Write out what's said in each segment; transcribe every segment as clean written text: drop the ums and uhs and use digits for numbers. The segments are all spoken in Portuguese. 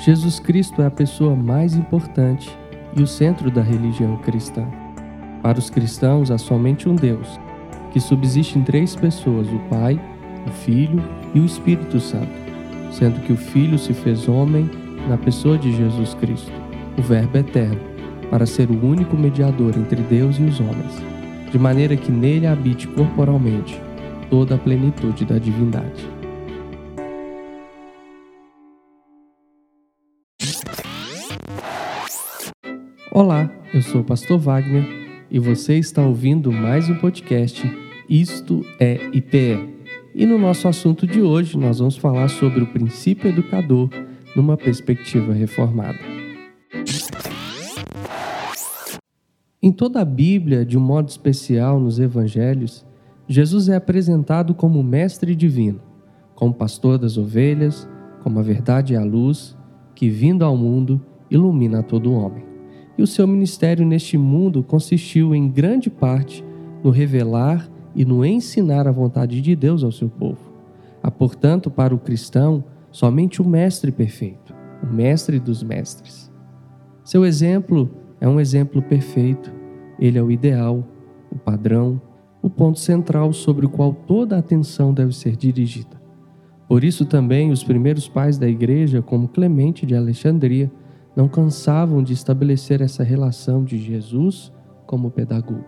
Jesus Cristo é a pessoa mais importante e o centro da religião cristã. Para os cristãos, há somente um Deus, que subsiste em três pessoas: o Pai, o Filho e o Espírito Santo, sendo que o Filho se fez homem na pessoa de Jesus Cristo, o Verbo eterno, para ser o único mediador entre Deus e os homens, de maneira que nele habite corporalmente toda a plenitude da divindade. Olá, eu sou o Pastor Wagner e você está ouvindo mais um podcast Isto é IPE. E no nosso assunto de hoje nós vamos falar sobre o princípio educador numa perspectiva reformada. Em toda a Bíblia, de um modo especial nos Evangelhos, Jesus é apresentado como mestre divino, como pastor das ovelhas, como a verdade e a luz, que vindo ao mundo ilumina todo homem. E o seu ministério neste mundo consistiu em grande parte no revelar e no ensinar a vontade de Deus ao seu povo. Há, portanto, para o cristão, somente o mestre perfeito, o mestre dos mestres. Seu exemplo é um exemplo perfeito. Ele é o ideal, o padrão, o ponto central sobre o qual toda a atenção deve ser dirigida. Por isso também os primeiros pais da igreja, como Clemente de Alexandria, não cansavam de estabelecer essa relação de Jesus como pedagogo.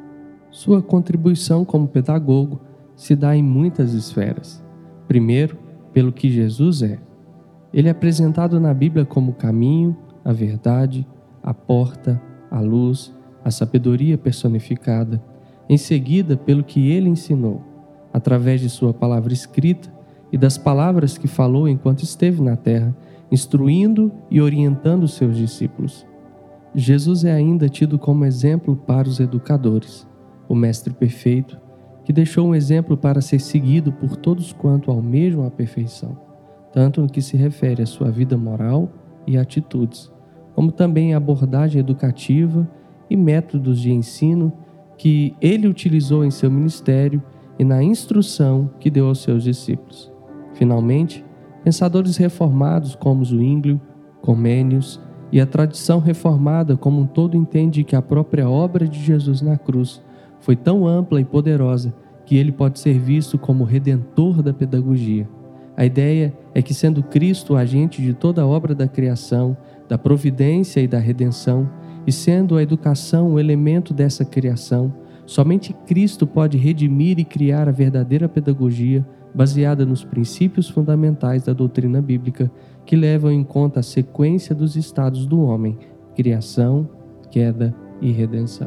Sua contribuição como pedagogo se dá em muitas esferas. Primeiro, pelo que Jesus é. Ele é apresentado na Bíblia como o caminho, a verdade, a porta, a luz, a sabedoria personificada. Em seguida, pelo que ele ensinou, através de sua palavra escrita e das palavras que falou enquanto esteve na terra, instruindo e orientando os seus discípulos. Jesus é ainda tido como exemplo para os educadores, o mestre perfeito, que deixou um exemplo para ser seguido por todos quanto almejam a perfeição, tanto no que se refere à sua vida moral e atitudes, como também a abordagem educativa e métodos de ensino que ele utilizou em seu ministério e na instrução que deu aos seus discípulos. Finalmente, pensadores reformados como Zwinglio, Comênios e a tradição reformada como um todo entende que a própria obra de Jesus na cruz foi tão ampla e poderosa que ele pode ser visto como redentor da pedagogia. A ideia é que, sendo Cristo o agente de toda a obra da criação, da providência e da redenção, e sendo a educação o elemento dessa criação, somente Cristo pode redimir e criar a verdadeira pedagogia baseada nos princípios fundamentais da doutrina bíblica que levam em conta a sequência dos estados do homem: criação, queda e redenção.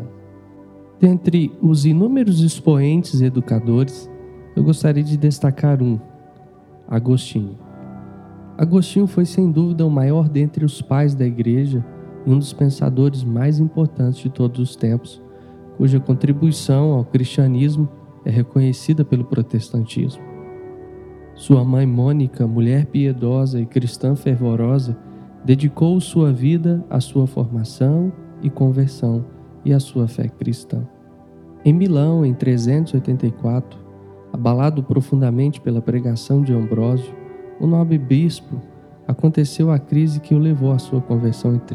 Dentre os inúmeros expoentes educadores, eu gostaria de destacar um: Agostinho. Agostinho foi sem dúvida o maior dentre os pais da igreja e um dos pensadores mais importantes de todos os tempos, cuja contribuição ao cristianismo é reconhecida pelo protestantismo. Sua mãe Mônica, mulher piedosa e cristã fervorosa, dedicou sua vida à sua formação e conversão e à sua fé cristã. Em Milão, em 384, abalado profundamente pela pregação de Ambrósio, o nobre bispo, aconteceu a crise que o levou à sua conversão em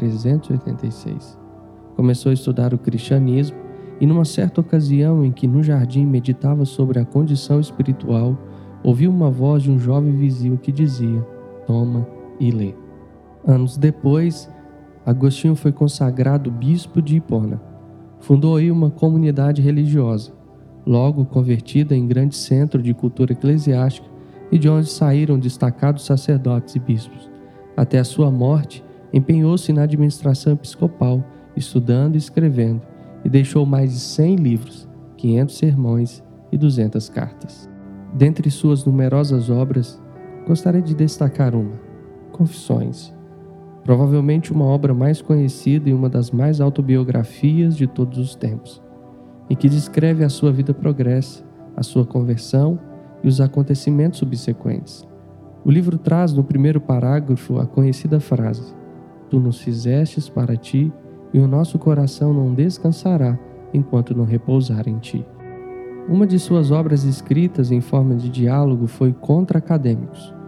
386. Começou a estudar o cristianismo e, numa certa ocasião em que no jardim meditava sobre a condição espiritual, ouviu uma voz de um jovem vizinho que dizia: "Toma e lê". Anos depois, Agostinho foi consagrado bispo de Hipona. Fundou aí uma comunidade religiosa, logo convertida em grande centro de cultura eclesiástica e de onde saíram destacados sacerdotes e bispos. Até a sua morte, empenhou-se na administração episcopal, estudando e escrevendo, e deixou mais de 100 livros, 500 sermões e 200 cartas. Dentre suas numerosas obras, gostaria de destacar uma: Confissões. Provavelmente uma obra mais conhecida e uma das mais autobiografias de todos os tempos, em que descreve a sua vida pregressa, a sua conversão e os acontecimentos subsequentes. O livro traz no primeiro parágrafo a conhecida frase: "Tu nos fizestes para ti, e o nosso coração não descansará enquanto não repousar em ti." Uma de suas obras escritas em forma de diálogo foi Contra Acadêmicos,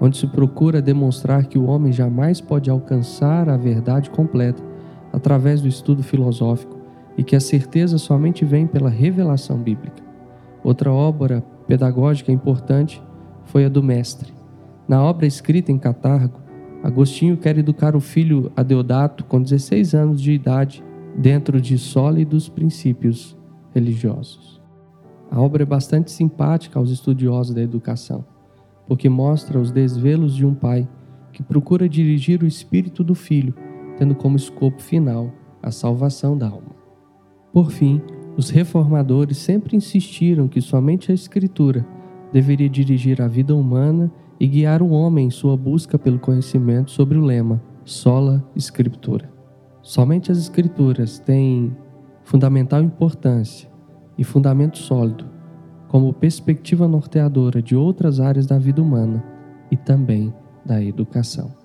onde se procura demonstrar que o homem jamais pode alcançar a verdade completa através do estudo filosófico e que a certeza somente vem pela revelação bíblica. Outra obra pedagógica importante foi a do Mestre. Na obra escrita em Catargo, Agostinho quer educar o filho Adeodato com 16 anos de idade dentro de sólidos princípios religiosos. A obra é bastante simpática aos estudiosos da educação, porque mostra os desvelos de um pai que procura dirigir o espírito do filho, tendo como escopo final a salvação da alma. Por fim, os reformadores sempre insistiram que somente a Escritura deveria dirigir a vida humana e guiar o homem em sua busca pelo conhecimento sobre o lema Sola Scriptura. Somente as Escrituras têm fundamental importância e fundamento sólido como perspectiva norteadora de outras áreas da vida humana e também da educação.